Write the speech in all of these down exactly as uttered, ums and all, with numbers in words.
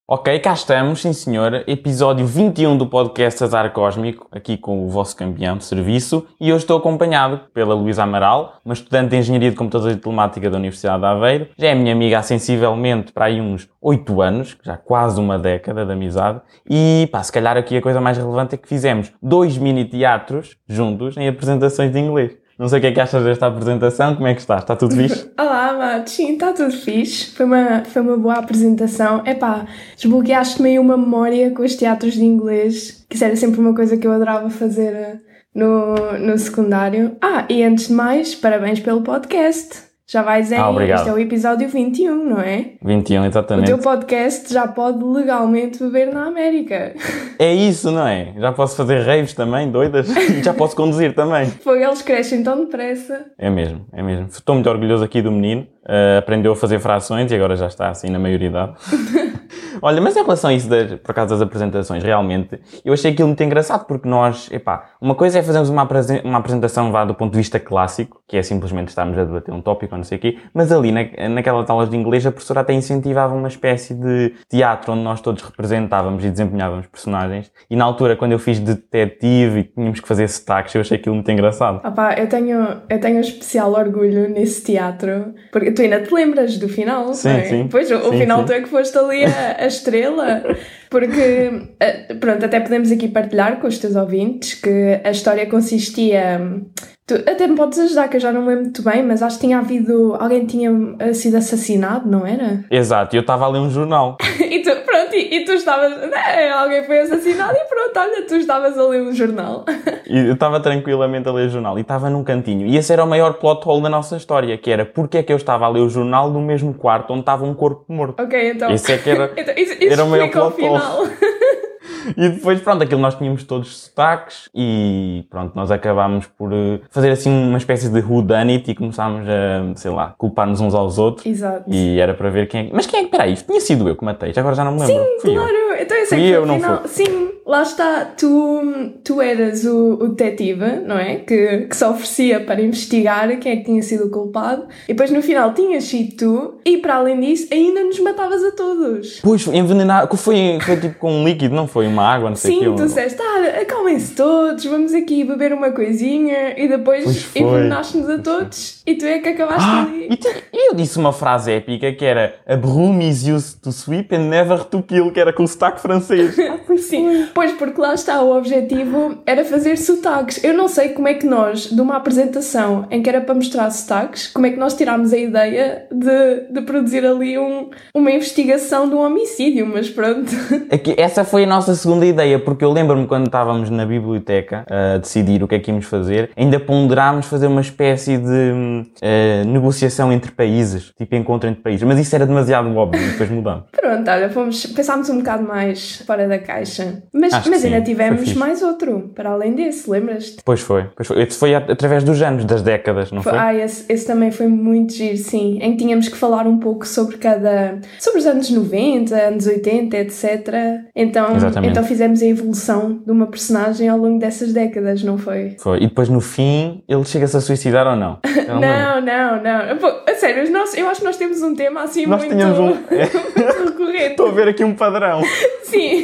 Ok, cá estamos, sim senhor, episódio vinte e um do podcast Azar Cósmico, aqui com o vosso campeão de serviço, e hoje estou acompanhado pela Luísa Amaral, uma estudante de Engenharia de Computadores e Telemática da Universidade de Aveiro, já é minha amiga há sensivelmente para aí uns oito anos, já quase uma década de amizade, e pá, se calhar aqui a coisa mais relevante é que fizemos dois mini-teatros juntos em apresentações de inglês. Não sei o que é que achas desta apresentação, como é que está? Está tudo fixe? Olá, Matos, sim, está tudo fixe. Foi uma, foi uma boa apresentação. Epá, desbloqueaste-me aí uma memória com os teatros de inglês, que isso era sempre uma coisa que eu adorava fazer no, no secundário. Ah, e antes de mais, parabéns pelo podcast. Já vais em... Ah, obrigado. Este é o episódio vinte e um, não é? vinte e um, exatamente. O teu podcast já pode legalmente beber na América. É isso, não é? Já posso fazer raves também, doidas? E já posso conduzir também. Foi, eles crescem tão depressa. É mesmo, é mesmo. Estou muito orgulhoso aqui do menino. Uh, aprendeu a fazer frações e agora já está assim na maioridade. Olha, mas em relação a isso, das, por acaso das apresentações, realmente, eu achei aquilo muito engraçado porque nós, epá, uma coisa é fazermos uma, apresen- uma apresentação vá do ponto de vista clássico, que é simplesmente estarmos a debater um tópico ou não sei o quê, mas ali na, naquelas aulas de inglês a professora até incentivava uma espécie de teatro onde nós todos representávamos e desempenhávamos personagens, e na altura quando eu fiz detetive e tínhamos que fazer sotaques, eu achei aquilo muito engraçado. Opá, eu tenho, eu tenho um especial orgulho nesse teatro, porque tu ainda te lembras do final, Sim, não é? sim. Pois, o, o Sim, final sim. tu é que foste ali a, a estrela, porque, eh, pronto, até podemos aqui partilhar com os teus ouvintes que a história consistia... Tu até me podes ajudar, que eu já não me lembro muito bem, mas acho que tinha havido... Alguém tinha sido assassinado, não era? Exato, e eu estava a ler um jornal. E tu, pronto, e, e tu estavas... Né, alguém foi assassinado e pronto, olha, tu estavas a ler um jornal. E eu estava tranquilamente a ler o jornal e estava num cantinho. E esse era o maior plot hole da nossa história, que era porque é que eu estava a ler o jornal no mesmo quarto onde estava um corpo morto. Ok, então... Esse é que era, então, isso, isso era o maior explica o plot hole. final. E depois, pronto, aquilo nós tínhamos todos sotaques e pronto, nós acabámos por uh, fazer assim uma espécie de whodunit e começámos a, sei lá, culpar-nos uns aos outros. Exato. E era para ver quem é... Mas quem é que... Peraí, tinha sido eu que matei, agora já não me lembro. Sim, Fui claro. eu. Então eu sei Fui que eu, no não final... foi? Sim, lá está. Tu, tu eras o, o detetive, não é? Que, que se oferecia para investigar quem é que tinha sido o culpado. E depois no final tinhas sido tu. E para além disso, ainda nos matavas a todos. Pois, envenenar... Foi, foi tipo com um líquido, não foi? Uma água, não sei o Sim, quê. tu disseste, ah, acalmem-se todos, vamos aqui beber uma coisinha. E Pois depois foi. envenenaste-nos a todos. E tu é que acabaste Ah, ali. e te- eu disse uma frase épica que era A broom is used to sweep and never to kill, que era com o sotaque francês. Sim, pois porque lá está, o objetivo era fazer sotaques. Eu não sei como é que nós, de uma apresentação em que era para mostrar sotaques, como é que nós tirámos a ideia de, de produzir ali um, uma investigação de um homicídio, mas pronto. É que essa foi a nossa segunda ideia, porque eu lembro-me quando estávamos na biblioteca a decidir o que é que íamos fazer, ainda ponderámos fazer uma espécie de hum, eh, negociação entre países, tipo encontro entre países, mas isso era demasiado óbvio e depois mudamos. Pronto, olha, fomos, pensámos um bocado mais fora da caixa. Mas, Acho que mas sim, ainda foi tivemos fixe. mais outro, para além desse, lembras-te? Pois foi, pois foi. Esse foi at- através dos anos, das décadas, não foi? Ah, esse, esse também foi muito giro, sim. Em que tínhamos que falar um pouco sobre cada... Sobre os anos noventa, anos oitenta, etcétera. Então, Exatamente. então fizemos a evolução de uma personagem ao longo dessas décadas, não foi? Foi. E depois no fim, ele chega-se a suicidar ou não? Eu não lembro. Não, não, não. Pô, a sério, os nossos, eu acho que nós temos um tema assim Nós muito, tínhamos um... muito recorrente. Estou a ver aqui um padrão. Sim.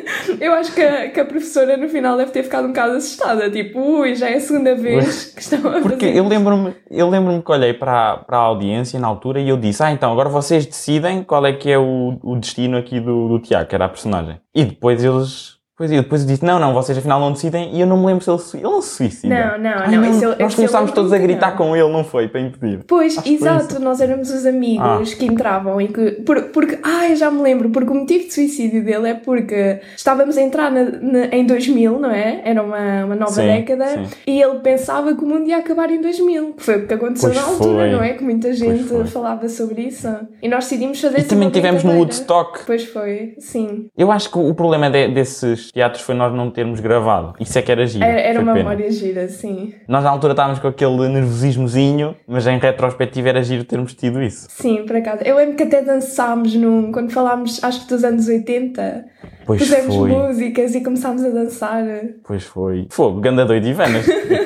Eu acho que a, que a professora no final deve ter ficado um bocado assustada. Tipo, ui, já é a segunda vez que estão a Porque fazer. eu lembro-me, eu lembro-me que olhei para, a- para a audiência na altura e eu disse, ah, então agora vocês decidem qual é que é o, o destino aqui do, do Tiago, que era a personagem. E depois eles... Pois eu depois eu disse, não, não, vocês afinal não decidem, e eu não me lembro se ele, sui- ele não se suicida. Não, não, Ai, não, isso eu- Nós isso eu começámos todos a lembro-me que gritar não. com ele, não foi? Para impedir. Pois, Acho que foi exato, isso. nós éramos os amigos Ah. que entravam e que... Por, porque, ah, eu já me lembro, porque o motivo de suicídio dele é porque estávamos a entrar na, na- em dois mil, não é? Era uma, uma nova Sim, década, sim. e ele pensava que o mundo ia acabar em dois mil, que foi o que aconteceu Pois na altura, foi. não é? Que muita gente foi. falava sobre isso. E nós decidimos fazer E assim também uma tivemos no brincadeira. Woodstock. Pois foi, sim. Eu acho que o problema de- desses teatros foi nós não termos gravado. Isso é que era giro. Era, era foi uma pena. memória gira, sim. Nós na altura estávamos com aquele nervosismozinho, mas em retrospectiva era giro termos tido isso. Sim, por acaso. Eu lembro que até dançámos num, quando falámos, acho que dos anos oitenta, pois pusemos foi. músicas e começámos a dançar. Pois foi. Fogo, ganda doido e vanas.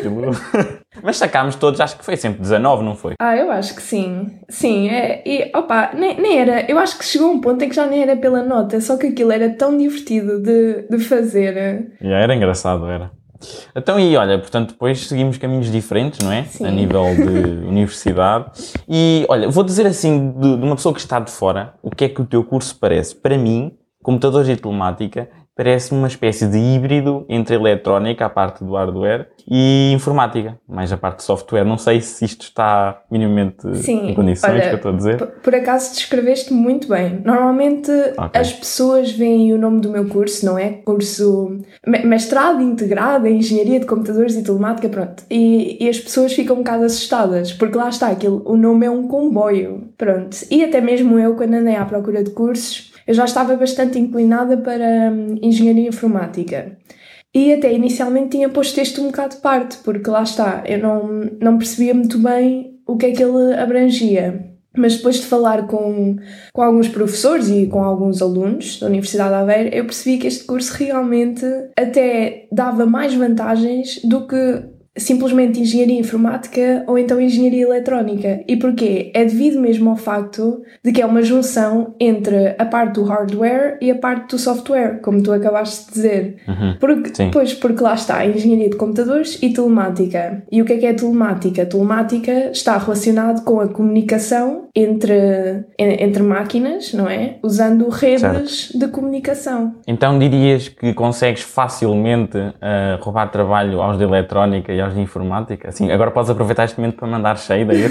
Mas sacámos todos, acho que foi sempre dezanove, não foi? Ah, eu acho que sim. Sim, é, e opa, nem, nem era, eu acho que chegou a um ponto em que já nem era pela nota, só que aquilo era tão divertido de, de fazer. Já era engraçado, era. Então, e olha, portanto, depois seguimos caminhos diferentes, não é? Sim. A nível de universidade. E, olha, vou dizer assim, de, de uma pessoa que está de fora, o que é que o teu curso parece? Para mim, computadores e telemática, parece uma espécie de híbrido entre eletrónica, a parte do hardware, e informática, mais a parte de software. Não sei se isto está minimamente Sim, em condições, olha, que eu estou a dizer. Por, por acaso descreveste muito bem. Normalmente Okay. as pessoas veem o nome do meu curso, não é? Curso mestrado integrado em Engenharia de Computadores e Telemática, pronto. E, e as pessoas ficam um bocado assustadas, porque lá está, aquilo, o nome é um comboio, pronto. E até mesmo eu, quando andei à procura de cursos, eu já estava bastante inclinada para hum, Engenharia Informática. E até inicialmente tinha posto este um bocado de parte, porque lá está, eu não, não percebia muito bem o que é que ele abrangia. Mas depois de falar com, com alguns professores e com alguns alunos da Universidade de Aveiro, eu percebi que este curso realmente até dava mais vantagens do que simplesmente engenharia informática ou então engenharia eletrónica. E porquê? É devido mesmo ao facto de que é uma junção entre a parte do hardware e a parte do software, como tu acabaste de dizer. Uhum. Porque, pois, porque lá está a engenharia de computadores e telemática. E o que é que é telemática? Telemática está relacionado com a comunicação entre, entre máquinas, não é? Usando redes certo. De comunicação. Então dirias que consegues facilmente uh, roubar trabalho aos de eletrónica e aos de informática? Assim, agora podes aproveitar este momento para mandar cheio daí.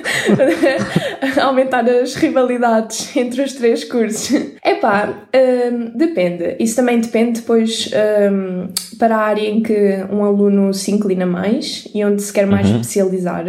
Aumentar as rivalidades entre os três cursos. Epá, um, depende. Isso também depende depois um, para a área em que um aluno se inclina mais e onde se quer mais uhum. especializar.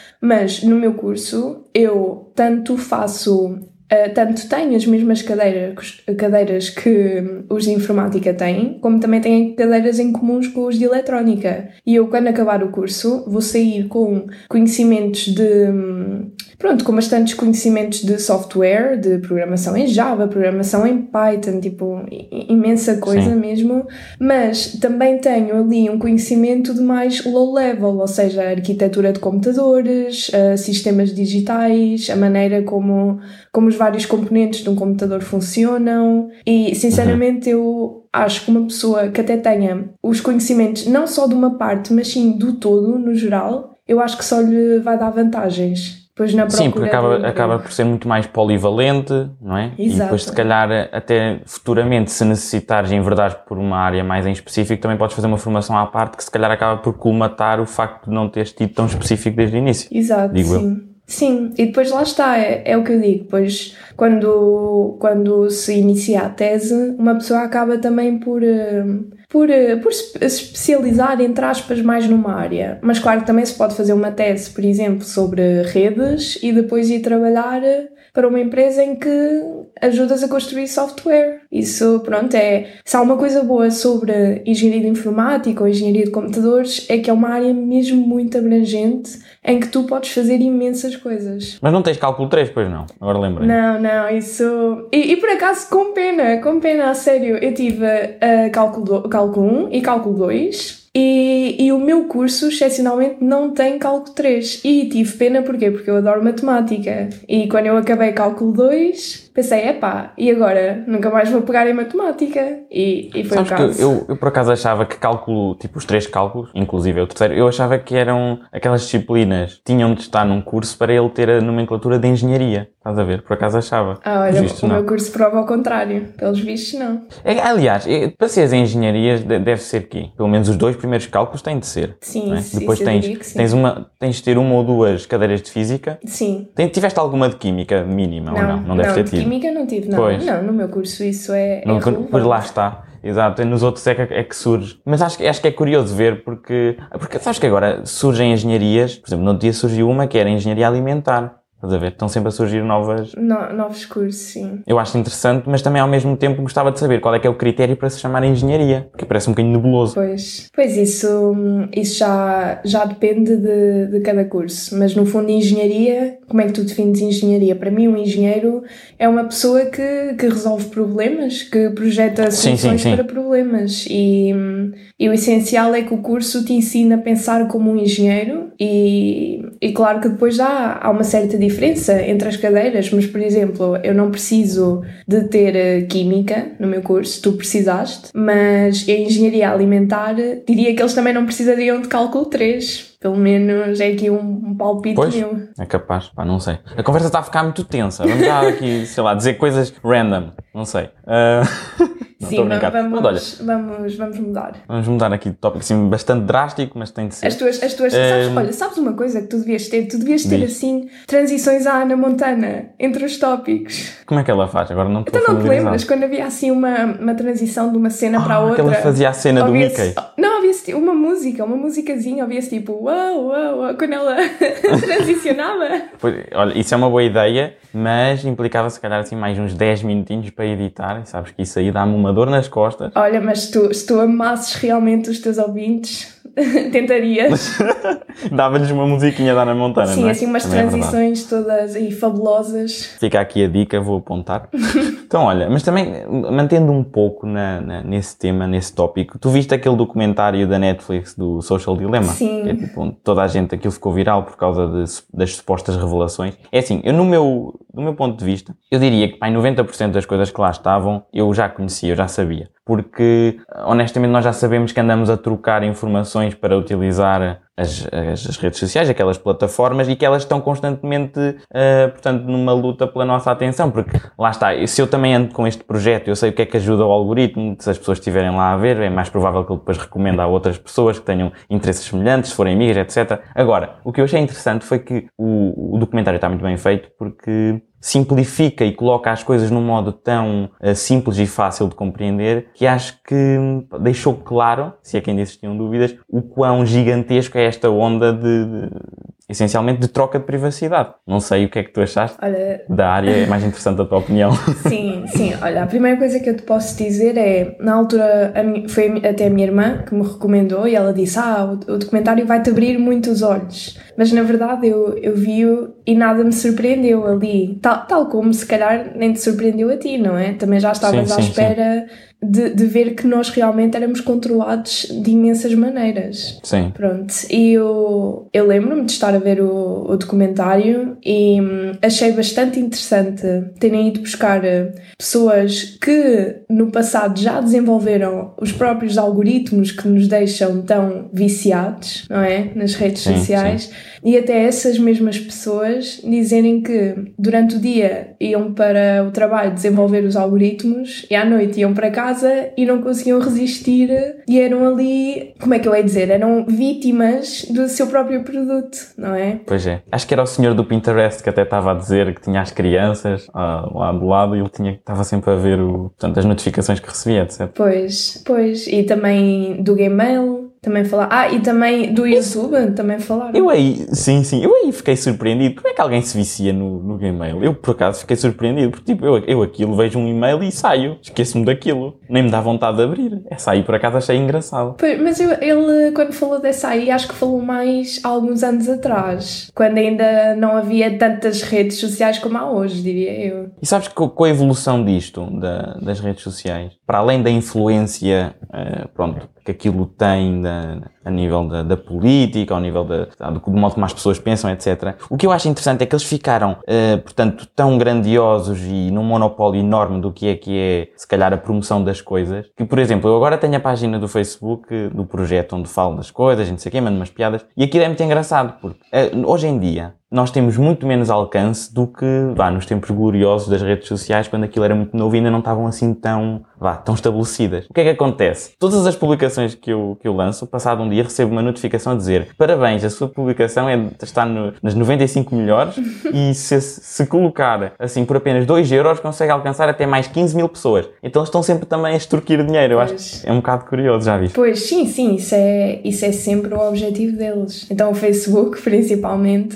Mas no meu curso eu tanto faço... Uh, tanto tenho as mesmas cadeiras, cadeiras que os de informática têm, como também tenho cadeiras em comuns com os de eletrónica. E eu, quando acabar o curso, vou sair com conhecimentos de... Pronto, com bastantes conhecimentos de software, de programação em Java, programação em Python, tipo, imensa coisa Sim. mesmo. Mas também tenho ali um conhecimento de mais low level, ou seja, a arquitetura de computadores, uh, sistemas digitais, a maneira como... como os vários componentes de um computador funcionam e, sinceramente, uhum. eu acho que uma pessoa que até tenha os conhecimentos não só de uma parte, mas sim do todo, no geral, eu acho que só lhe vai dar vantagens. Pois na Sim, porque acaba, acaba por ser muito mais polivalente, não é? Exato. E depois, se calhar, até futuramente, se necessitares enverdar por uma área mais em específico, também podes fazer uma formação à parte que, se calhar, acaba por colmatar o facto de não teres tido tão específico desde o início. Exato, digo sim. Eu. Sim, e depois lá está, é, é o que eu digo, depois quando, quando se inicia a tese, uma pessoa acaba também por, por, por se especializar, entre aspas, mais numa área. Mas claro que também se pode fazer uma tese, por exemplo, sobre redes e depois ir trabalhar para uma empresa em que ajudas a construir software. Isso, pronto, é... Se há uma coisa boa sobre engenharia de informática ou engenharia de computadores, é que é uma área mesmo muito abrangente em que tu podes fazer imensas coisas. Mas não tens cálculo três, pois não? Agora lembrei. Não, não, isso... E, e por acaso, com pena, com pena, a sério, eu tive uh, cálculo, cálculo um e cálculo dois... E, e o meu curso, excepcionalmente, não tem cálculo três. E tive pena, porquê? Porque eu adoro matemática. E quando eu acabei cálculo dois, pensei, epá, e agora? Nunca mais vou pegar em matemática. E, e foi Sabes o caso. Que eu, eu, por acaso, achava que cálculo, tipo os três cálculos, inclusive o terceiro, eu achava que eram aquelas disciplinas que tinham de estar num curso para ele ter a nomenclatura de engenharia. Estás a ver? Por acaso achava. Ah, olha, vistos, o não. meu curso prova ao contrário. Pelos vistos, não. É, aliás, é, para seres em engenharias deve ser quê? Pelo menos os dois primeiros cálculos têm de ser. Sim, não é? isso, Depois isso tens, eu diria que sim. tens, uma, tens de ter uma ou duas cadeiras de física. Sim. Tem, tiveste alguma de química mínima Não, ou não? Não deve não, ter de tido. química não tive, não. Pois. Não, no meu curso isso é, Não, é depois lá está. Exato, nos outros é que, é que surge. Mas acho, acho que é curioso ver porque, porque sabes que agora surgem engenharias, por exemplo, no outro dia surgiu uma que era engenharia alimentar. Estás a ver? Estão sempre a surgir novas... No, novos cursos, sim. Eu acho interessante, mas também ao mesmo tempo gostava de saber qual é que é o critério para se chamar engenharia, porque parece um bocadinho nebuloso. Pois, pois isso, isso já, já depende de, de cada curso, mas no fundo engenharia, como é que tu defines engenharia? Para mim um engenheiro é uma pessoa que, que resolve problemas, que projeta soluções sim, sim, sim. para problemas e, e o essencial é que o curso te ensina a pensar como um engenheiro e, e claro que depois há, há uma certa diferença entre as cadeiras, mas por exemplo, eu não preciso de ter química no meu curso, tu precisaste, mas a engenharia alimentar diria que eles também não precisariam de cálculo três. Pelo menos é aqui um, um palpite pois, meu. É capaz, pá, não sei. A conversa está a ficar muito tensa. Vamos já aqui, sei lá, dizer coisas random. Não sei. Uh... Não, sim, vamos, mas olha, vamos, vamos mudar. Vamos mudar aqui de tópico, assim, bastante drástico, mas tem de ser. As tuas, as tuas, uh... sabes, olha, sabes uma coisa que tu devias ter? Tu devias ter, Diz. assim, transições à Ana Montana entre os tópicos. Como é que ela faz? Agora não estou Então não te lembras? Quando havia, assim, uma, uma transição de uma cena ah, para a outra. Que ela fazia a cena do Mickey. Não, havia-se uma música, uma musicazinha, havia-se tipo, uau, uau, uau, quando ela transicionava. Pois, olha, isso é uma boa ideia, mas implicava se calhar assim mais uns dez minutinhos para editar, e sabes que isso aí dá-me uma dor nas costas. Olha, mas tu, se tu amasses realmente os teus ouvintes, tentarias. Dava-lhes uma musiquinha da Ana Montana, sim, não é? assim umas Também transições é todas aí fabulosas. Fica aqui a dica, vou apontar. Então, olha, mas também, mantendo um pouco na, na, nesse tema, nesse tópico, tu viste aquele documentário da Netflix do Social Dilemma? Sim. Que é tipo, onde toda a gente, aquilo ficou viral por causa de, das supostas revelações. É assim, eu no meu, do meu ponto de vista, eu diria que pá, noventa por cento das coisas que lá estavam, eu já conhecia, eu já sabia. Porque, honestamente, nós já sabemos que andamos a trocar informações para utilizar as, as, as redes sociais, aquelas plataformas, e que elas estão constantemente, uh, portanto, numa luta pela nossa atenção. Porque, lá está, se eu também ando com este projeto, eu sei o que é que ajuda o algoritmo, se as pessoas estiverem lá a ver, é mais provável que ele depois recomenda a outras pessoas que tenham interesses semelhantes, se forem amigas, etcétera. Agora, o que eu achei interessante foi que o, o documentário está muito bem feito, porque simplifica e coloca as coisas num modo tão uh, simples e fácil de compreender que acho que deixou claro, se é que ainda existiam dúvidas, o quão gigantesco é esta onda de, de essencialmente de troca de privacidade. Não sei o que é que tu achaste olha, da área, é mais interessante a tua opinião. Sim, sim. Olha, a primeira coisa que eu te posso dizer é, na altura a minha, foi até a minha irmã que me recomendou e ela disse, ah, o, o documentário vai-te abrir muito os olhos. Mas na verdade eu, eu vi-o e nada me surpreendeu ali. Tal, tal como se calhar nem te surpreendeu a ti, não é? Também já estavas sim, à sim, espera... Sim. De, de ver que nós realmente éramos controlados de imensas maneiras. Sim. Pronto. E eu, eu lembro-me de estar a ver o, o documentário e hum, achei bastante interessante terem ido buscar pessoas que no passado já desenvolveram os próprios algoritmos que nos deixam tão viciados, não é? Nas redes sim, sociais. Sim. E até essas mesmas pessoas dizerem que durante o dia iam para o trabalho desenvolver os algoritmos e à noite iam para casa e não conseguiam resistir e eram ali, como é que eu ia dizer, eram vítimas do seu próprio produto, não é? Pois é. Acho que era o senhor do Pinterest que até estava a dizer que tinha as crianças ah, lá do lado e ele tinha, estava sempre a ver o, portanto, as notificações que recebia, etcétera. Pois, pois. E também do Gmail... Também falar. Ah, e também do YouTube Isso. também falaram. Eu aí, sim, sim, eu aí fiquei surpreendido. Como é que alguém se vicia no, no Gmail? Eu, por acaso, fiquei surpreendido. Porque, tipo, eu, eu aquilo vejo um e-mail e saio. Esqueço-me daquilo. Nem me dá vontade de abrir. Essa aí, por acaso, achei engraçado. Pois, mas eu, ele, quando falou dessa aí, acho que falou mais há alguns anos atrás. Quando ainda não havia tantas redes sociais como há hoje, diria eu. E sabes que com a evolução disto, da, das redes sociais, para além da influência, uh, pronto, que aquilo tem da, a nível da, da política, ao nível da, do, do modo como as pessoas pensam, etcétera. O que eu acho interessante é que eles ficaram, uh, portanto, tão grandiosos e num monopólio enorme do que é que é, se calhar, a promoção das coisas, que, por exemplo, eu agora tenho a página do Facebook do projeto onde falo das coisas, não sei o quê, mando umas piadas, e aquilo é muito engraçado, porque uh, hoje em dia nós temos muito menos alcance do que, vá, nos tempos gloriosos das redes sociais, quando aquilo era muito novo e ainda não estavam assim tão, vá, tão estabelecidas. O que é que acontece? Todas as publicações que eu, que eu lanço, passado um dia, recebo uma notificação a dizer parabéns, a sua publicação é, está no, nas noventa e cinco melhores e se, se colocar, assim, por apenas dois euros, consegue alcançar até mais quinze mil pessoas. Então eles estão sempre também a extorquir dinheiro. Eu pois. Acho que é um bocado curioso, já viste? Pois, sim, sim, isso é, isso é sempre o objetivo deles. Então o Facebook, principalmente,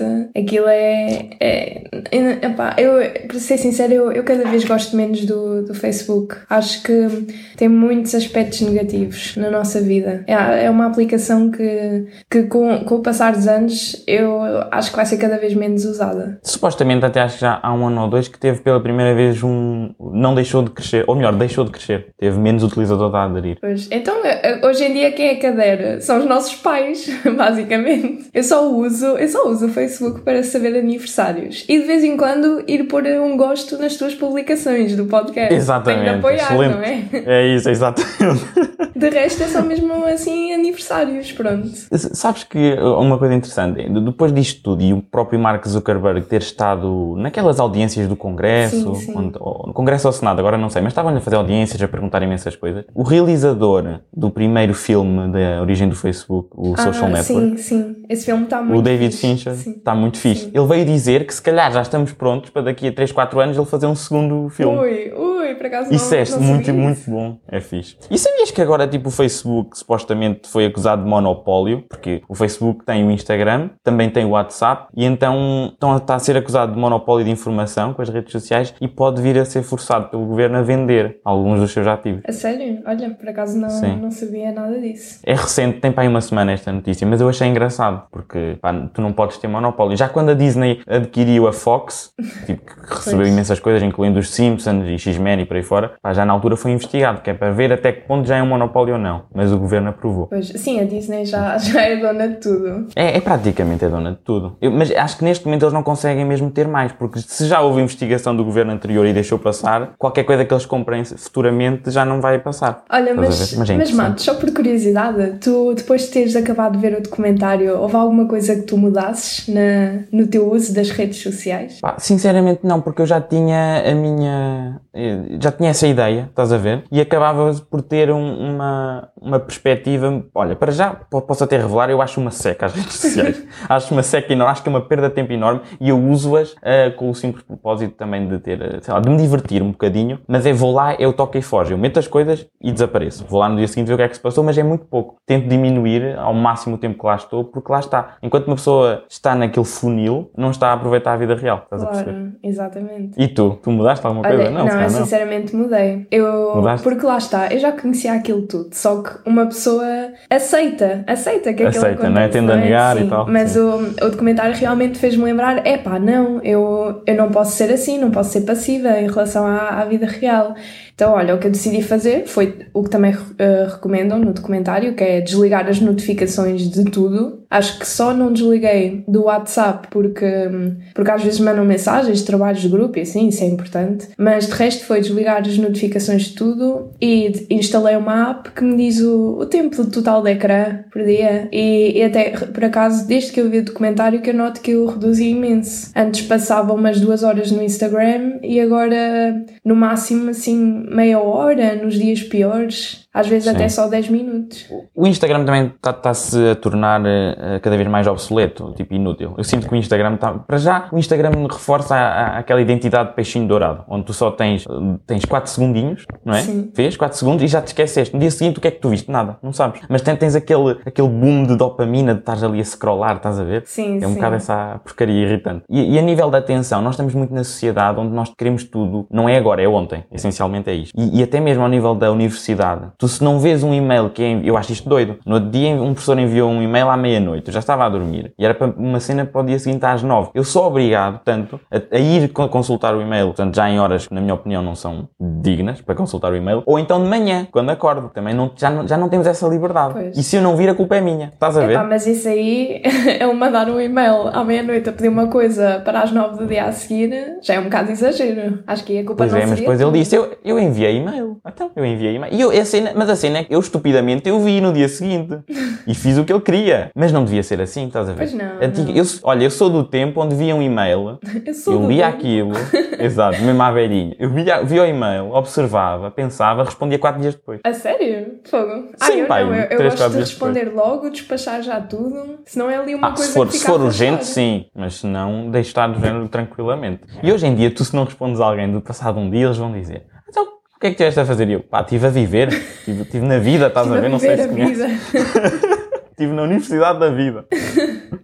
Aquilo é... é, é epá, eu, para ser sincera, eu, eu cada vez gosto menos do, do Facebook. Acho que tem muitos aspectos negativos na nossa vida. É, é uma aplicação que, que com, com o passar dos anos, eu acho que vai ser cada vez menos usada. Supostamente até acho que já há um ano ou dois que teve pela primeira vez um... não deixou de crescer, ou melhor, deixou de crescer. Teve menos utilizadores a aderir. Pois, então, hoje em dia quem é que adere? São os nossos pais, basicamente. Eu só uso, eu só uso o Facebook para saber aniversários. E de vez em quando ir pôr um gosto nas tuas publicações do podcast. Exatamente. Tenho de apoiar, excelente. não é? É isso, exatamente. De resto é só mesmo assim aniversários, pronto. Sabes que uma coisa interessante, depois disto tudo e o próprio Mark Zuckerberg ter estado naquelas audiências do Congresso, Sim, sim. Onde, ou, no Congresso ou Senado, agora não sei, mas estavam a fazer audiências, a perguntar imensas coisas. O realizador do primeiro filme da origem do Facebook, o Social ah, Network, sim, sim. Esse filme está muito o David fixe. Fincher, Sim. está muito fixe. Sim. Ele veio dizer que se calhar já estamos prontos para daqui a três, quatro anos ele fazer um segundo filme. Ui, ui, por acaso Isso não, é não muito, sabia muito isso. bom. É fixe. E sabias que agora, tipo, o Facebook supostamente foi acusado de monopólio? Porque o Facebook tem o Instagram, também tem o WhatsApp, e então estão a, está a ser acusado de monopólio de informação com as redes sociais e pode vir a ser forçado pelo governo a vender alguns dos seus ativos. A sério? Olha, por acaso não, não sabia nada disso. É recente, tem para aí uma semana esta notícia, mas eu achei engraçado, porque pá, tu não podes ter monopólio. Já quando a Disney adquiriu a Fox, tipo, que recebeu imensas coisas, incluindo os Simpsons e X-Men e por aí fora, pá, já na altura foi investigado, que é para ver até que ponto já é um monopólio ou não, mas o governo aprovou. Pois, sim, a Disney já, já é dona de tudo. É, é praticamente a dona de tudo. Eu, mas acho que neste momento eles não conseguem mesmo ter mais, porque se já houve investigação do governo anterior e deixou passar, qualquer coisa que eles comprem futuramente já não vai passar. Olha, mas, mas, é mas Matos, só por curiosidade, tu depois de teres acabado de ver o documentário, houve alguma coisa que tu mudasses na, no teu uso das redes sociais? Pá, sinceramente não, porque eu já tinha a minha... já tinha essa ideia, estás a ver? E acabava por ter um, uma, uma perspectiva... Olha, para já, posso até revelar, eu acho uma seca as redes sociais. Acho uma seca enorme, acho que é uma perda de tempo enorme e eu uso-as uh, com o simples propósito também de ter, sei lá, de me divertir um bocadinho, mas é vou lá, eu toco e foge. Eu meto as coisas e desapareço. Vou lá no dia seguinte ver o que é que se passou, mas é muito pouco. Tento diminuir ao máximo o tempo que lá estou, porque lá está. Enquanto uma pessoa está naquele funil, não está a aproveitar a vida real. Estás claro, a perceber? Exatamente. E tu? Tu mudaste alguma Olha, coisa? Não, não, eu não. sinceramente mudei. Eu, Mudaste? porque lá está, eu já conhecia aquilo tudo, só que uma pessoa aceita, aceita que aquilo Aceita, acontece, não é? Tende a negar Sim, e tal. Mas Sim. o, o documentário realmente fez-me lembrar, é pá, não, eu, eu não posso ser assim, não posso ser passiva em relação à, à vida real. Então, olha, o que eu decidi fazer foi o que também uh, recomendam no documentário, que é desligar as notificações de tudo. Acho que só não desliguei do WhatsApp porque, porque às vezes mandam mensagens de trabalhos de grupo e assim, isso é importante. Mas de resto foi desligar as notificações de tudo e instalei uma app que me diz o, o tempo total de ecrã por dia. E, e até, por acaso, desde que eu vi o documentário que eu noto que eu reduzi imenso. Antes passava umas duas horas no Instagram e agora, no máximo, assim, meia hora nos dias piores, às vezes Sim. até só dez minutos. O Instagram também está-se a tornar uh, cada vez mais obsoleto, tipo inútil. Eu sinto que o Instagram está... Para já, o Instagram reforça a, a, aquela identidade de peixinho dourado, onde tu só tens, uh, tens quatro segundinhos, não é? Sim. Vês quatro segundos e já te esqueceste. No dia seguinte, o que é que tu viste? Nada, não sabes. Mas tens, tens aquele, aquele boom de dopamina de estás ali a scrollar, estás a ver? Sim, é um sim. bocado essa porcaria irritante. E, e a nível da atenção, nós estamos muito na sociedade onde nós queremos tudo. Não é agora, é ontem. Essencialmente é isto. E, e até mesmo ao nível da universidade. Tu se não vês um e-mail que é... Eu acho isto doido. No outro dia um professor enviou um e-mail à meia-noite. Eu já estava a dormir. E era para uma cena para o dia seguinte às nove. Eu sou obrigado, portanto, a, a ir consultar o e-mail. Portanto, já em horas que, na minha opinião, não são dignas para consultar o e-mail. Ou então de manhã, quando acordo. Também não, já, não, já não temos essa liberdade. Pois. E se eu não vir, a culpa é minha. Estás a ver? Epá, mas isso aí é um mandar um e-mail à meia-noite a pedir uma coisa para as nove do dia a seguir. Já é um bocado de exagero. Acho que a culpa Pois não é, mas depois tua. ele disse, eu, eu enviei e-mail. Então, eu enviei e-mail. E eu, a cena, mas a cena é que eu, estupidamente, eu vi no dia seguinte. E fiz o que ele queria. Mas não devia ser assim, estás a ver? Pois não, Antiga, não. Eu, olha, eu sou do tempo onde via um e-mail, Eu sou eu do lia tempo. aquilo, exato, mesmo à velhinha. Eu via, via o e-mail, observava, pensava, respondia quatro dias depois. A sério? Fogo? Ah, Sim, eu pai, não. Eu, eu três, gosto quatro de dias responder logo, despachar já tudo. Senão é ali uma Ah, coisa se for, que se fica for a urgente, passar. sim, mas se não, deixe estar do género tranquilamente. E hoje em dia, tu se não respondes a alguém do passado um dia, eles vão dizer, então, o que é que estiveste a fazer? E eu, pá, estive a viver, estive, estive na vida, estás Estive a ver? a Não sei viver se a conheces. vida. Estive na Universidade da Vida.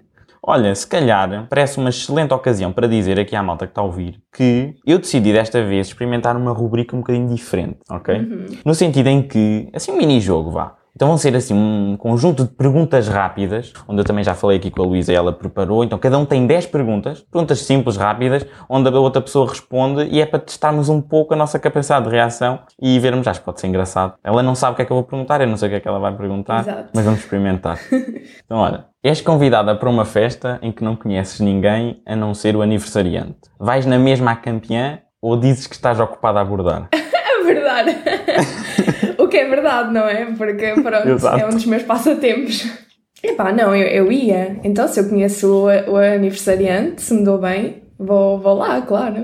Olha, se calhar parece uma excelente ocasião para dizer aqui à malta que está a ouvir que eu decidi desta vez experimentar uma rubrica um bocadinho diferente, ok? Uhum. No sentido em que, assim um mini-jogo, vá. Então vão ser assim um conjunto de perguntas rápidas, onde eu também já falei aqui com a Luísa e ela preparou. Então cada um tem dez perguntas, perguntas simples, rápidas, onde a outra pessoa responde e é para testarmos um pouco a nossa capacidade de reação e vermos, acho que pode ser engraçado. Ela não sabe o que é que eu vou perguntar, eu não sei o que é que ela vai perguntar, Exato. mas vamos experimentar. Então olha, és convidada para uma festa em que não conheces ninguém a não ser o aniversariante. Vais na mesma à campeã ou dizes que estás ocupada a abordar? É verdade. O que é verdade, não é? Porque, pronto, Exato. é um dos meus passatempos. Epá, não, eu, eu ia. Então, se eu conheço o, o aniversariante, se me dou bem, vou, vou lá, claro.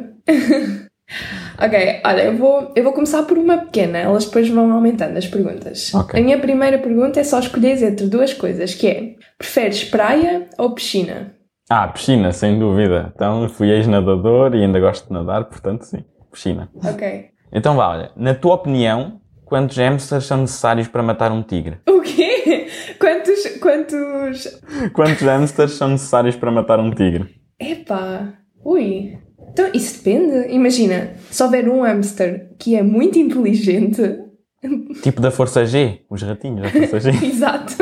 Ok, olha, eu vou, eu vou começar por uma pequena. Elas depois vão aumentando as perguntas. Ok. A minha primeira pergunta é só escolher entre duas coisas, que é, preferes praia ou piscina? Ah, piscina, sem dúvida. Então fui ex-nadador e ainda gosto de nadar, portanto sim, piscina. Ok. Então vá, olha, na tua opinião, quantos hamsters são necessários para matar um tigre? O quê? Quantos, quantos... Quantos hamsters são necessários para matar um tigre? Epá, ui. Então, isso depende. Imagina, se houver um hamster que é muito inteligente... Tipo da Força G, os ratinhos da Força G. Exato.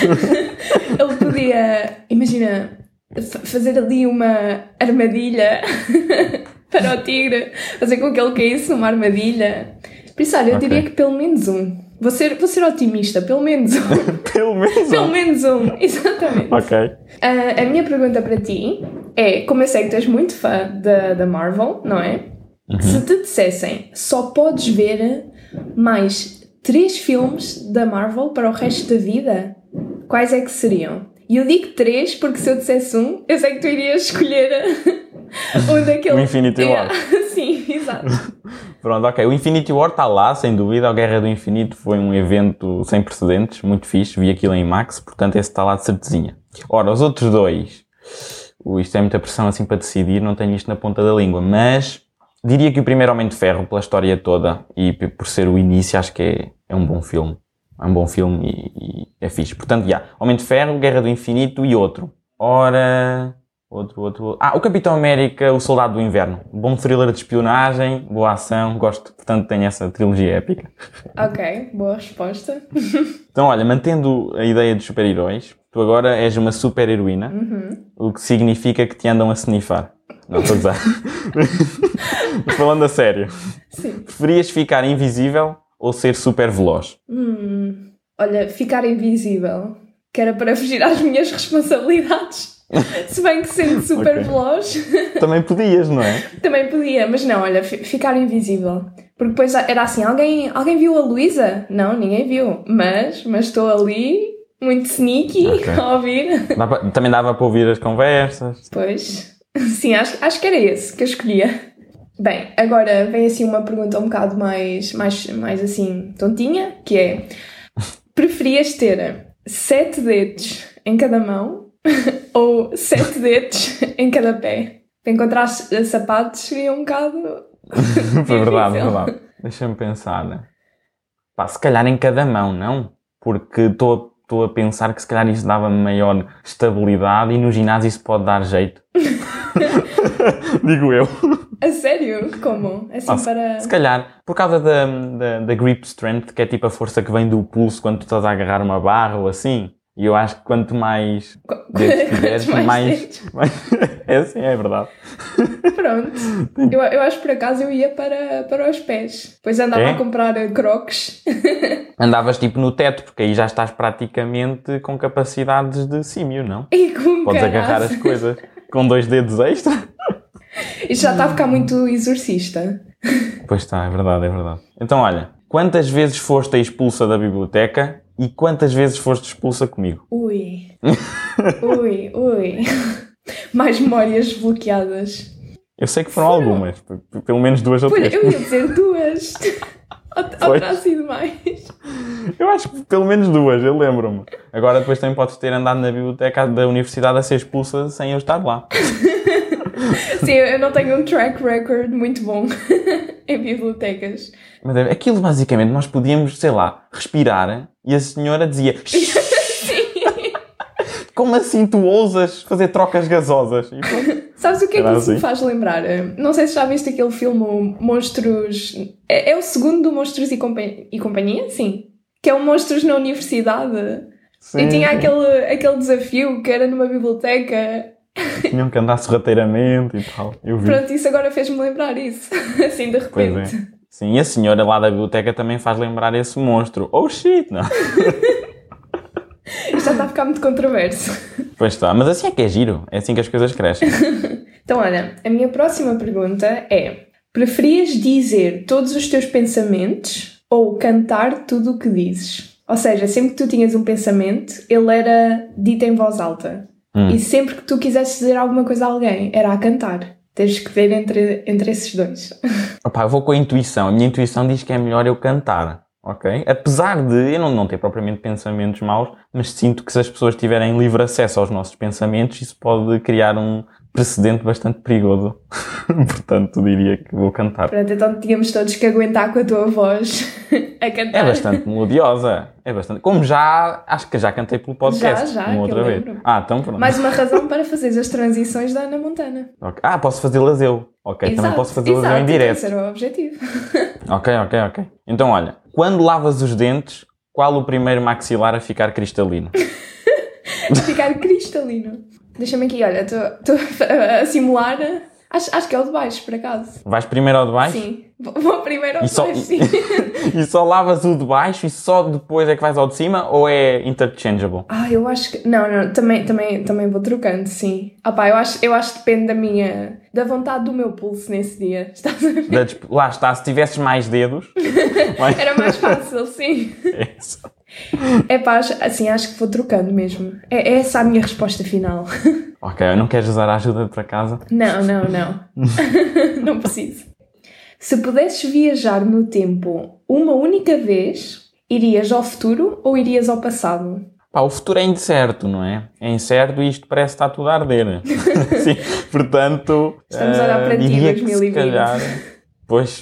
Ele podia, imagina, f- fazer ali uma armadilha para o tigre, fazer com que ele caísse numa armadilha. Por isso, olha, eu Ok. diria que pelo menos um. Vou ser, vou ser otimista, pelo menos um. Pelo menos Pelo um. menos um, exatamente. Ok. Ah, a minha pergunta para ti é, como eu sei que tu és muito fã da, da Marvel, não é? Se te dissessem, só podes ver mais três filmes da Marvel para o resto da vida, quais é que seriam? E eu digo três porque se eu dissesse um, eu sei que tu irias escolher um daqueles... O Infinity War. Sim, exato. Pronto, ok. O Infinity War está lá, sem dúvida. A Guerra do Infinito foi um evento sem precedentes, muito fixe. Vi aquilo em IMAX, portanto esse está lá de certezinha. Ora, os outros dois... Ui, isto é muita pressão assim para decidir, não tenho isto na ponta da língua, mas diria que o primeiro Homem de Ferro, pela história toda e p- por ser o início, acho que é, é um bom filme. É um bom filme e, e é fixe. Portanto, já, Homem de Ferro, Guerra do Infinito e outro. Ora... Outro, outro... Ah, o Capitão América, o Soldado do Inverno. Bom thriller de espionagem, boa ação, gosto. Portanto, tenho essa trilogia épica. Ok, boa resposta. Então, olha, mantendo a ideia dos super-heróis, tu agora és uma super-heroína, Uhum. o que significa que te andam a snifar. Não, estou a gozar. Mas falando a sério, Sim. preferias ficar invisível ou ser super veloz? Hum, olha, ficar invisível, que era para fugir às minhas responsabilidades. Se bem que sendo super Ok. veloz, Também podias, não é? também podia, mas não, olha, fi- ficar invisível. Porque depois era assim, alguém, alguém viu a Luísa? Não, ninguém viu. Mas, mas estou ali, muito sneaky, Ok. a ouvir. Dá pa- também dava para ouvir as conversas. Pois, sim, acho, acho que era esse que eu escolhia. Bem, agora vem assim uma pergunta um bocado mais, mais, mais assim, tontinha, que é, preferias ter sete dedos em cada mão ou sete dedos em cada pé? Para encontrar s- sapatos seria um bocado... Foi verdade, difícil. verdade. Deixa-me pensar. Né? Pá, se calhar em cada mão, não? Porque estou a pensar que se calhar isso dava maior estabilidade e no ginásio isso pode dar jeito. Digo eu. A sério? Como? Assim Pá, se- para... Se calhar, por causa da, da, da grip strength, que é tipo a força que vem do pulso quando tu estás a agarrar uma barra ou assim. E eu acho que quanto mais Qu- dedos quantos tiveres, mais mais... dedos? mais- É assim, é verdade. Pronto. Eu, eu acho que por acaso eu ia para, para os pés. Depois andava É? a comprar eh, crocs. Andavas tipo no teto, porque aí já estás praticamente com capacidades de símio, não? E com Podes agarrar as coisas com dois dedos extra. Isto já está a ficar muito exorcista. Pois está, é verdade, é verdade. Então olha, quantas vezes foste expulsa da biblioteca e quantas vezes foste expulsa comigo? Ui. Ui, ui. Mais memórias bloqueadas. Eu sei que foram Foram. algumas, p- p- pelo menos duas ou Olha, três. eu ia dizer duas. Ou, ou Pois. terá sido mais. Eu acho que pelo menos duas, eu lembro-me. Agora depois também podes ter andado na biblioteca da universidade a ser expulsa sem eu estar lá. Sim, eu não tenho um track record muito bom em bibliotecas. Mas é- aquilo basicamente nós podíamos, sei lá, respirar e a senhora dizia Sim. como assim tu ousas fazer trocas gasosas? E, pronto. Sabes o que é que Era isso me assim. faz lembrar? Não sei se já viste aquele filme o Monstros... É, é o segundo do Monstros e, Compa- e Companhia? Sim. Que é o Monstros na Universidade. Sim, e tinha sim. aquele, aquele desafio que era numa biblioteca. Tinham que andar sorrateiramente e tal. Eu vi. Pronto, isso agora fez-me lembrar isso. Assim, de Pois repente. é. Sim, e a senhora lá da biblioteca também faz lembrar esse monstro. Oh shit, não? Isto já está a ficar muito controverso. Pois está, mas assim é que é giro. É assim que as coisas crescem. Então, olha, a minha próxima pergunta é: preferias dizer todos os teus pensamentos ou cantar tudo o que dizes? Ou seja, sempre que tu tinhas um pensamento, ele era dito em voz alta. Hum. E sempre que tu quisesses dizer alguma coisa a alguém, era a cantar. Tens que ver entre, entre esses dois. Opa, eu vou com a intuição. A minha intuição diz que é melhor eu cantar. Ok? Apesar de eu não, não ter propriamente pensamentos maus, mas sinto que se as pessoas tiverem livre acesso aos nossos pensamentos, isso pode criar um precedente bastante perigoso. Portanto, diria que vou cantar. Pronto, então tínhamos todos que aguentar com a tua voz a cantar. É bastante melodiosa. É bastante. Como já, acho que já cantei pelo podcast. Já, já, uma que outra eu vez. lembro. Ah, então pronto. Mais uma razão para fazeres as transições da Ana Montana. Okay. Ah, posso fazê-las eu. Ok, Exato, também posso fazê-las eu em exato, direto. Esse era o objetivo. Ok, ok, ok. Então, olha, quando lavas os dentes, qual o primeiro maxilar a ficar cristalino? A ficar cristalino. Deixa-me aqui, olha, estou a simular. Acho, acho que é o de baixo, por acaso. Vais primeiro ao de baixo? Sim. Vou primeiro ao E de só, baixo, sim. e só lavas o de baixo e só depois é que vais ao de cima ou é interchangeable? Ah, eu acho que... Não, não, também, também, também vou trocando, sim. Ah pá, eu acho, eu acho que depende da minha... Da vontade do meu pulso nesse dia. Estás a ver? Da disp- Lá está, se tivesses mais dedos... mais- Era mais fácil, sim. É isso. É pá, acho- assim, acho que vou trocando mesmo. É, é essa a minha resposta final. Ok, não queres usar a ajuda para casa? Não, não, não. Não preciso. Se pudesses viajar no tempo uma única vez, irias ao futuro ou irias ao passado? Pá, o futuro é incerto, não é? É incerto e isto parece que está tudo a arder. Sim, portanto... Estamos a olhar para uh, ti, diria que dois mil e vinte. se calhar... Pois...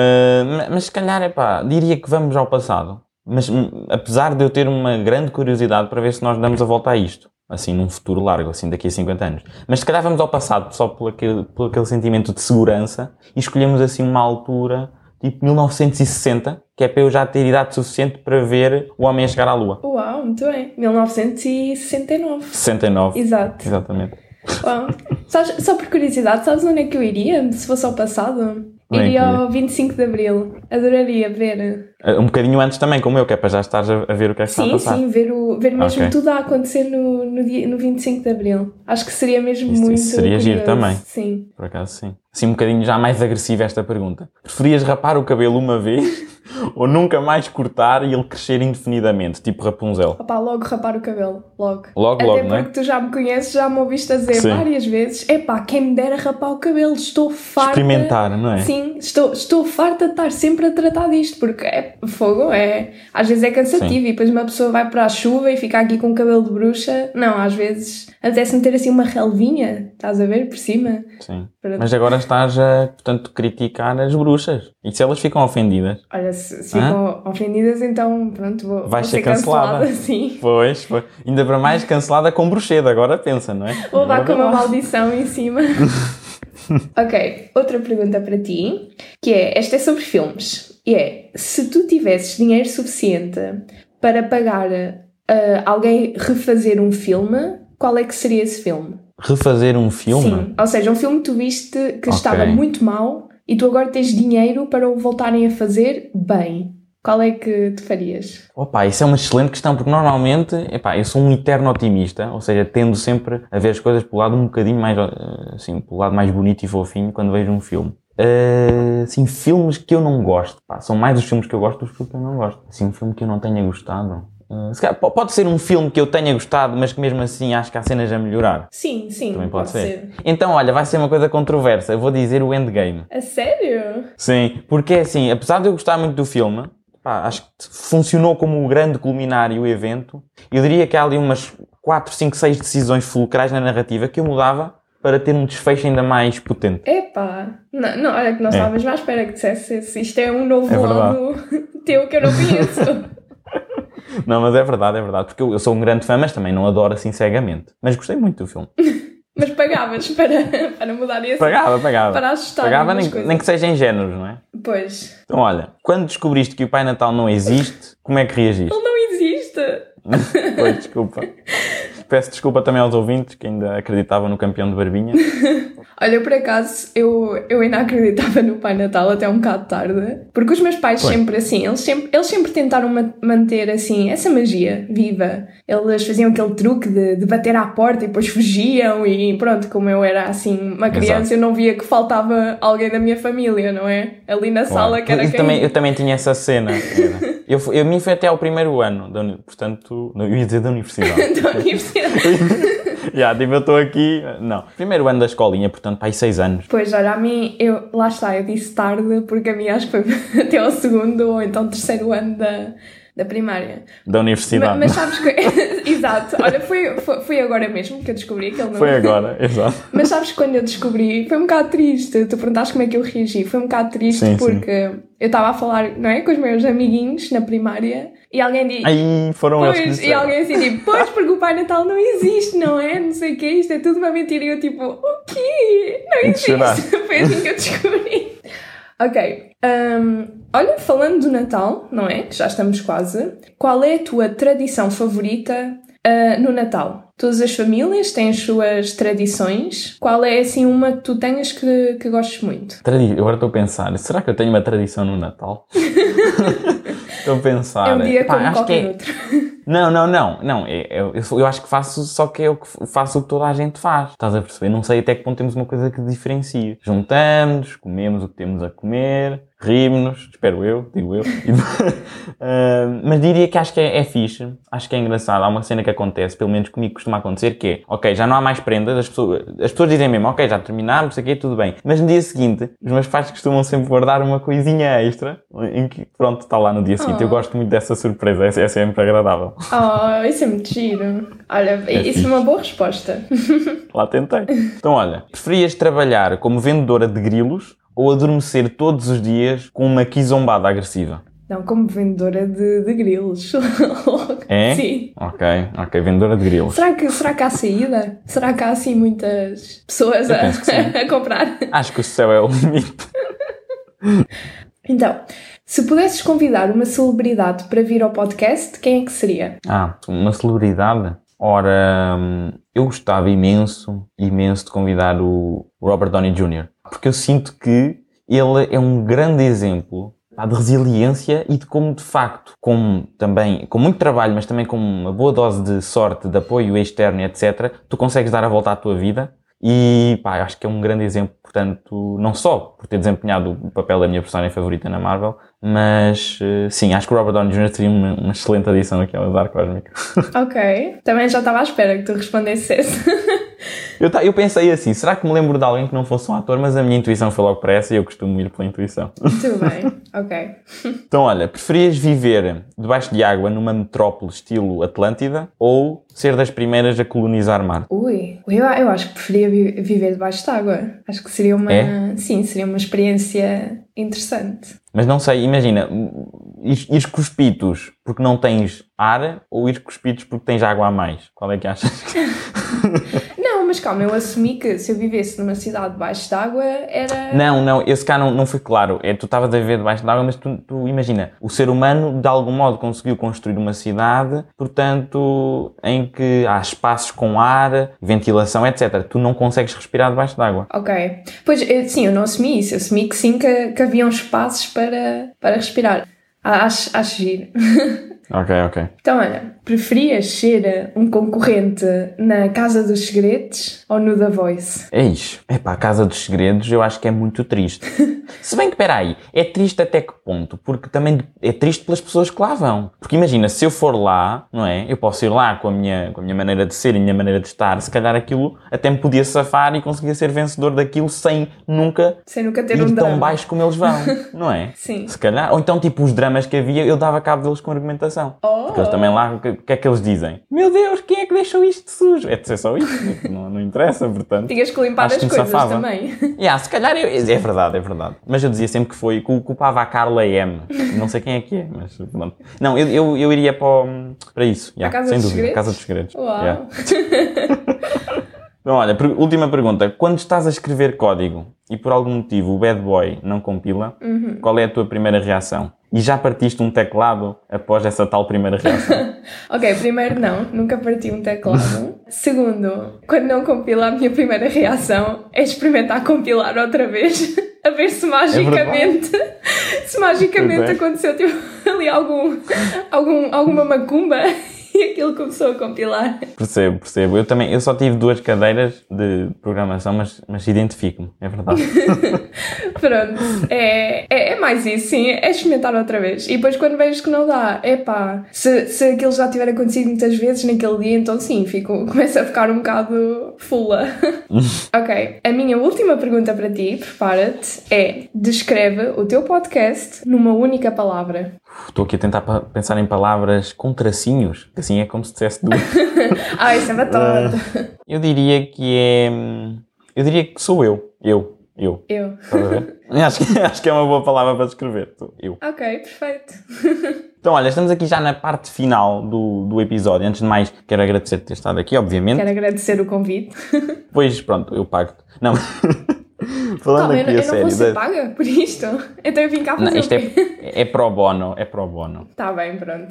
uh, mas se calhar, é pá, diria que vamos ao passado. Mas hum, apesar de eu ter uma grande curiosidade para ver se nós damos a volta a isto. Assim, num futuro largo, assim, daqui a cinquenta anos. Mas se calhar vamos ao passado, só por aquele, por aquele sentimento de segurança, e escolhemos, assim, uma altura, tipo mil novecentos e sessenta, que é para eu já ter idade suficiente para ver o homem a chegar à Lua. Uau, muito bem. mil novecentos e sessenta e nove. sessenta e nove. Exato. Exatamente. Uau. Sabes, só por curiosidade, sabes onde é que eu iria, se fosse ao passado? Onde é que Iria ia? ao vinte e cinco de Abril. Adoraria ver. Um bocadinho antes também, como eu, que é para já estares a, a ver o que é que está a Sim, passar. sim, ver, o, ver mesmo Ok. tudo a acontecer no, no, dia, no vinte e cinco de Abril. Acho que seria mesmo Isso- muito isso seria giro curioso. também. Sim. Por acaso, sim. Assim, um bocadinho já mais agressiva esta pergunta. Preferias rapar o cabelo uma vez ou nunca mais cortar e ele crescer indefinidamente, tipo Rapunzel? Opá, logo rapar o cabelo. Logo. Logo, Até logo, porque não é? tu já me conheces, já me ouviste a dizer Sim. várias vezes: epá, quem me dera rapar o cabelo, estou farta. Experimentar, não é? Sim, estou, estou farta de estar sempre a tratar disto, porque é fogo, é, às vezes é cansativo Sim. e depois uma pessoa vai para a chuva e fica aqui com o cabelo de bruxa. Não, às vezes apetece-me ter assim uma relvinha, estás a ver, por cima. Sim. Para- Mas agora estás a, portanto, criticar as bruxas. E se elas ficam ofendidas? Olha, se, se ficam ofendidas, então pronto, vou, Vais vou ser ser cancelada. cancelada. Sim. Pois, foi. Ainda para mais cancelada com bruxeda, agora pensa, não é? Vou levar Agora com uma vê lá. maldição em cima. Ok, outra pergunta para ti, que é, esta é sobre filmes, e é, se tu tivesses dinheiro suficiente para pagar a alguém refazer um filme, qual é que seria esse filme? Refazer um filme? Sim, ou seja, um filme que tu viste que Ok. estava muito mau e tu agora tens dinheiro para o voltarem a fazer bem. Qual é que tu farias? Opa, isso é uma excelente questão, porque normalmente, epá, eu sou um eterno otimista, ou seja, tendo sempre a ver as coisas pelo lado um bocadinho mais, eh, assim, pelo lado mais bonito e fofinho quando vejo um filme. Uh, assim, filmes que eu não gosto, pá, são mais os filmes que eu gosto dos que eu não gosto. Assim, um filme que eu não tenha gostado. Uh, se calhar, p- pode ser um filme que eu tenha gostado, mas que mesmo assim acho que há cenas a melhorar. Sim, sim, Também pode, ser. Então, olha, vai ser uma coisa controversa. Eu vou dizer o Endgame. A sério? Sim, porque é assim, apesar de eu gostar muito do filme, pá, acho que funcionou como o grande culminar e o evento. Eu diria que há ali umas quatro, cinco, seis decisões fulcrais na narrativa que eu mudava para ter um desfecho ainda mais potente. Epá, não, não, olha que não É. estava mesmo à espera que dissesse isso. Isto é um novo É lado teu que eu não conheço. Não, mas é verdade, é verdade. Porque eu, eu sou um grande fã, mas também não adoro assim cegamente. Mas gostei muito do filme. Mas pagavas para, para mudar esse... Pagava, pagava. Para assustar. Pagava nem, nem que seja em géneros, não é? Pois. Então olha, quando descobriste que o Pai Natal não existe, como é que reagiste? Ele não existe. Pois, desculpa. Peço desculpa também aos ouvintes que ainda acreditavam no campeão de Barbinha. Olha, por acaso, eu, eu ainda acreditava no Pai Natal até um bocado tarde. Porque os meus pais Foi. sempre assim, eles sempre, eles sempre tentaram ma- manter assim, essa magia viva. Eles faziam aquele truque de, de bater à porta e depois fugiam e pronto, como eu era assim uma criança, Exato. eu não via que faltava alguém da minha família, não é? Ali na sala que era eu, quem... também, eu também tinha essa cena. Era. Eu, eu, a mim foi até ao primeiro ano, da, uni- portanto, não, eu ia dizer da universidade. da universidade. Já, tipo, eu estou aqui... Não, primeiro ano da escolinha, portanto, para aí seis anos. Pois, olha, a mim, eu, lá está, eu disse tarde, porque a mim acho que foi até ao segundo ou então terceiro ano da, da primária. Da universidade. Mas, mas sabes que... Exato, olha, foi, foi, foi agora mesmo que eu descobri que ele não... Foi agora, exato. Mas sabes que quando eu descobri, foi um bocado triste. Tu perguntaste como é que eu reagi. Foi um bocado triste Sim, porque sim. Eu estava a falar, não é, com os meus amiguinhos na primária e alguém disse... Aí foram eles que Pois, e disseram. alguém assim tipo, pois, porque o Pai Natal não existe, não é? Não sei o que, isto é tudo uma mentira. E eu tipo, o quê? Não existe. Chorar. Foi assim que eu descobri. Ok. Um, olha, falando do Natal, não é? Que já estamos quase. Qual é a tua tradição favorita uh, no Natal? Todas as famílias têm as suas tradições. Qual é, assim, uma que tu tenhas que, que gostes muito? Tradi- Agora estou a pensar, será que eu tenho uma tradição no Natal? Estou a pensar. É um dia Pá, como acho qualquer que é... outro. Não, não, não. não é, é, eu, eu acho que faço, só que é o que faço o que toda a gente faz. Estás a perceber? Não sei até que ponto temos uma coisa que diferencia. Juntamos, comemos o que temos a comer, rimos-nos, espero eu, digo eu. E, uh, mas diria que acho que é, é fixe, acho que é engraçado. Há uma cena que acontece, pelo menos comigo costuma acontecer, que é, ok, já não há mais prendas, as pessoas, as pessoas dizem mesmo, ok, já terminámos, isso aqui, tudo bem. Mas no dia seguinte, os meus pais costumam sempre guardar uma coisinha extra, em que, pronto, está lá no dia seguinte. Oh. Eu gosto muito dessa surpresa, é, é sempre agradável. Oh, isso é muito giro. Olha, É isso fixe. é uma boa resposta. Lá tentei. Então, olha, preferias trabalhar como vendedora de grilos ou adormecer todos os dias com uma quizombada agressiva? Não, como vendedora de, de grilos. É? Sim. Ok, ok, vendedora de grilos. Será que, será que há saída? Será que há assim muitas pessoas a, penso que sim. a comprar? Acho que o céu é o limite. Então, se pudesses convidar uma celebridade para vir ao podcast, quem é que seria? Ah, uma celebridade? Ora, hum, eu gostava imenso, imenso de convidar o Robert Downey júnior Porque eu sinto que ele é um grande exemplo pá, de resiliência e de como, de facto, com, também, com muito trabalho, mas também com uma boa dose de sorte, de apoio externo, etcétera, tu consegues dar a volta à tua vida. E pá, acho que é um grande exemplo, portanto, não só por ter desempenhado o papel da minha personagem favorita na Marvel, mas uh, sim, acho que o Robert Downey júnior seria uma, uma excelente adição aqui ao Azar Cósmico. Ok, também já estava à espera que tu respondesses. eu, ta- eu pensei assim, será que me lembro de alguém que não fosse um ator, mas a minha intuição foi logo para essa e eu costumo ir pela intuição. Muito bem, ok. Então olha, preferias viver debaixo de água numa metrópole estilo Atlântida ou ser das primeiras a colonizar Marte? Ui, eu, eu acho que preferia vi- viver debaixo de água. Acho que seria uma... É? Sim, seria uma experiência interessante. Mas não sei, imagina, ires, ires com os pitos porque não tens ar ou ires com os pitos porque tens água a mais? Qual é que achas? Não, mas calma, eu assumi que se eu vivesse numa cidade debaixo de água era... Não, não, esse cá não, não foi claro. É, tu estavas a viver debaixo de água, mas tu, tu imagina, o ser humano de algum modo conseguiu construir uma cidade, portanto, em que há espaços com ar, ventilação, etcétera. Tu não consegues respirar debaixo de água. Ok. Pois, eu- sim, eu não assumi isso. Eu assumi que sim, que, que haviam espaços para, para respirar. Ah, Acho, acho giro. Ok, ok. Então, olha, preferias ser um concorrente na Casa dos Segredos ou no The Voice? Eis, epá, a Casa dos Segredos eu acho que é muito triste. Se bem que, peraí, é triste até que ponto? Porque também é triste pelas pessoas que lá vão. Porque imagina, se eu for lá, não é? Eu posso ir lá com a minha, com a minha maneira de ser e a minha maneira de estar. Se calhar aquilo até me podia safar e conseguia ser vencedor daquilo sem nunca Sem nunca ter ir um tão drama. baixo como eles vão, não é? Sim. Se calhar. Ou então, tipo, os dramas que havia, eu dava cabo deles com argumentação. apresentação. Oh. Porque eles também lá, o que, que é que eles dizem? Meu Deus, quem é que deixou isto sujo? É de ser só isto, não, não interessa, portanto. Tinhas que limpar as que coisas safava. também. Yeah, se calhar, eu, é verdade, é verdade. Mas eu dizia sempre que foi, que culpava a Carla M. Não sei quem é que é, mas pronto. Não, eu, eu, eu iria para, o, para isso, yeah, Casa sem dos dúvida, Segredos? Casa dos Segredos. Uau. Yeah. Então, olha, per- última pergunta. Quando estás a escrever código e por algum motivo o bad boy não compila, Uhum. qual é a tua primeira reação? E já partiste um teclado após essa tal primeira reação? Ok, primeiro não, nunca parti um teclado. Segundo, quando não compila, a minha primeira reação é experimentar compilar outra vez, a ver se magicamente, se magicamente Pois é. aconteceu tipo, ali algum, algum, alguma macumba e aquilo começou a compilar. Percebo, percebo. Eu também, eu só tive duas cadeiras de programação, mas, mas identifico-me, é verdade. Pronto, é, é, é mais isso, sim, é experimentar outra vez. E depois quando vejo que não dá, epá, se, se aquilo já tiver acontecido muitas vezes naquele dia, então sim, fico, começa a ficar um bocado fula. Ok, a minha última pergunta para ti, prepara-te, é: descreve o teu podcast numa única palavra. Estou aqui a tentar pa- pensar em palavras com tracinhos, que assim é como se dissesse duas. Ah, isso é batota. Eu diria que é... hum, Eu diria que sou eu. Eu. Eu. Eu. Estás a ver? acho, que, acho que é uma boa palavra para descrever. Sou eu. Ok, perfeito. Então, olha, estamos aqui já na parte final do, do episódio. Antes de mais, quero agradecer por ter estado aqui, obviamente. Quero agradecer o convite. Pois, pronto, eu pago-te. Não... Falando Calma, eu, aqui não- a eu não sério. vou ser da- paga por isto? Então eu vim cá fazer Não, isto o é, quê? é pro bono. É pro bono. Tá bem, pronto.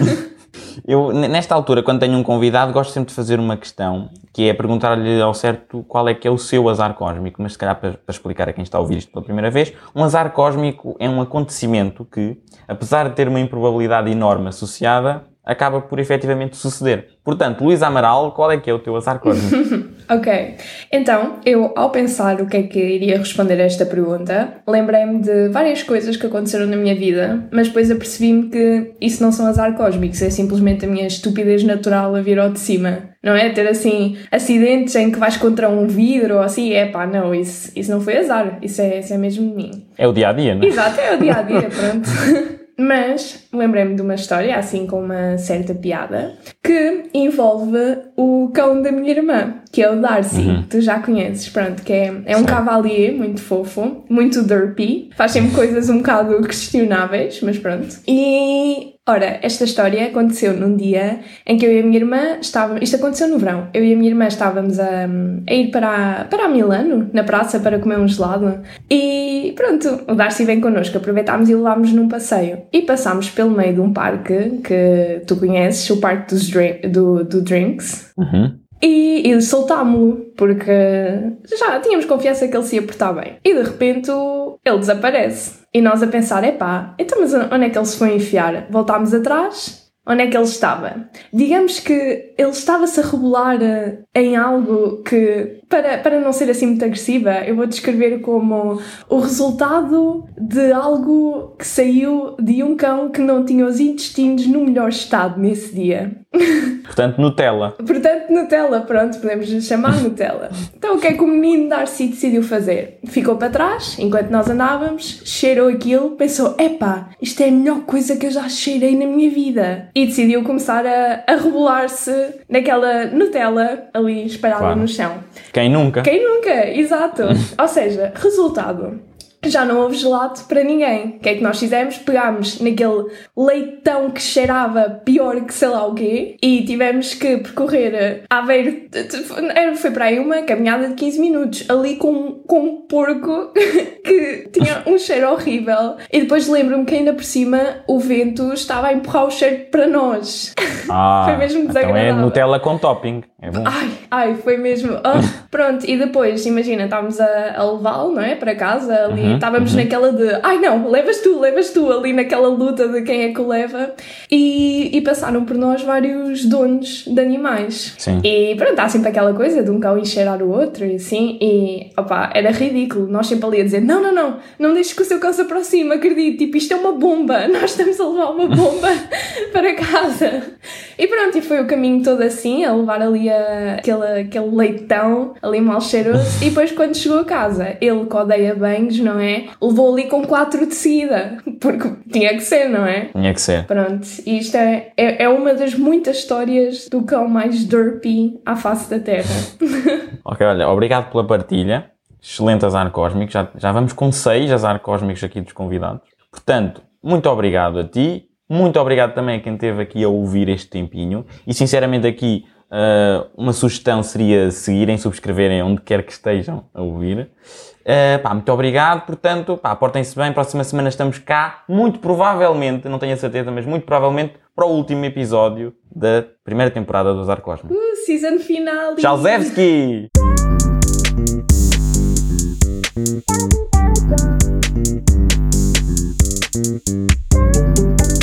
Eu, n- nesta altura, quando tenho um convidado, gosto sempre de fazer uma questão, que é perguntar-lhe ao certo qual é que é o seu azar cósmico, mas se calhar para, para explicar a quem está a ouvir isto pela primeira vez, um azar cósmico é um acontecimento que, apesar de ter uma improbabilidade enorme associada, acaba por efetivamente suceder. Portanto, Luís Amaral, qual é que é o teu azar cósmico? Ok, então, eu ao pensar o que é que iria responder a esta pergunta, lembrei-me de várias coisas que aconteceram na minha vida, mas depois apercebi-me que isso não são azar cósmicos, é simplesmente a minha estupidez natural a vir ao de cima. Não é? Ter assim, acidentes em que vais contra um vidro ou assim, é pá, não, isso, isso não foi azar, isso é, isso é mesmo de mim. É o dia-a-dia, não é? Exato, é o dia-a-dia, pronto. Mas lembrei-me de uma história, assim com uma certa piada, que envolve o cão da minha irmã, que é o Darcy, Uhum. que tu já conheces, pronto, que é, é um Sim. cavalier muito fofo, muito derpy, faz sempre coisas um bocado questionáveis, mas pronto. E, ora, esta história aconteceu num dia em que eu e a minha irmã estávamos, isto aconteceu no verão, eu e a minha irmã estávamos a, a ir para, para a Milano, na praça, para comer um gelado, e pronto, o Darcy vem connosco, aproveitámos e levámos num passeio. E passámos pelo meio de um parque que tu conheces, o parque dos drink, do, do Drinks, Uhum. e, e soltámo-lo, porque já tínhamos confiança que ele se ia portar bem. E de repente o- ele desaparece. E nós a pensar, epá, então mas onde é que ele se foi enfiar? Voltámos atrás, onde é que ele estava? Digamos que ele estava-se a rebolar eh, em algo que, para, para não ser assim muito agressiva, eu vou descrever como o resultado de algo que saiu de um cão que não tinha os intestinos no melhor estado nesse dia. Portanto, Nutella. Portanto, Nutella, pronto, podemos lhe chamar Nutella. Então, o que é que o menino Darcy decidiu fazer? Ficou para trás, enquanto nós andávamos, cheirou aquilo, pensou, epá, isto é a melhor coisa que eu já cheirei na minha vida. E decidiu começar a, a rebolar-se naquela Nutella ali espalhada Claro. no chão. Quem nunca? Quem nunca? Exato. Ou seja, resultado. Já não houve gelado para ninguém. O que é que nós fizemos? Pegámos naquele leitão que cheirava pior que sei lá o quê e tivemos que percorrer Aveiro. Foi para aí uma caminhada de quinze minutos ali com, com um porco que tinha um cheiro horrível. E depois lembro-me que ainda por cima o vento estava a empurrar o cheiro para nós. Ah, Foi mesmo então é desagradável. Nutella com topping. É bom. Ai, ai, foi mesmo. Oh, pronto, e depois, imagina, estávamos a, a levá-lo, não é? Para casa, ali, Uhum, estávamos uhum. naquela de ai não, levas tu, levas tu, ali naquela luta de quem é que o leva. E, e passaram por nós vários donos de animais. Sim. E pronto, há sempre aquela coisa de um cão encheirar o outro e assim, e opá, era ridículo. Nós sempre ali a dizer: não, não, não, não deixes que o seu cão se aproxime, acredite, tipo, isto é uma bomba, nós estamos a levar uma bomba para casa. E pronto, e foi o caminho todo assim, a levar ali a, aquele, aquele leitão ali mal cheiroso. E depois quando chegou a casa, ele que odeia banhos, não é? Levou ali com quatro de seguida, porque tinha que ser, não é? Tinha que ser. Pronto, e isto é, é, é uma das muitas histórias do cão mais derpy à face da Terra. Ok, olha, obrigado pela partilha. Excelente azar cósmico. Já, já vamos com seis azar cósmicos aqui dos convidados. Portanto, muito obrigado a ti. Muito obrigado também a quem esteve aqui a ouvir este tempinho. E sinceramente aqui uh, uma sugestão seria seguirem, subscreverem onde quer que estejam a ouvir. Uh, pá, muito obrigado. Portanto, pá, portem-se bem. Próxima semana estamos cá. Muito provavelmente, não tenho a certeza, mas muito provavelmente para o último episódio da primeira temporada do Azar Cósmico. Uh, season finale! Tchauzewski! Thank you.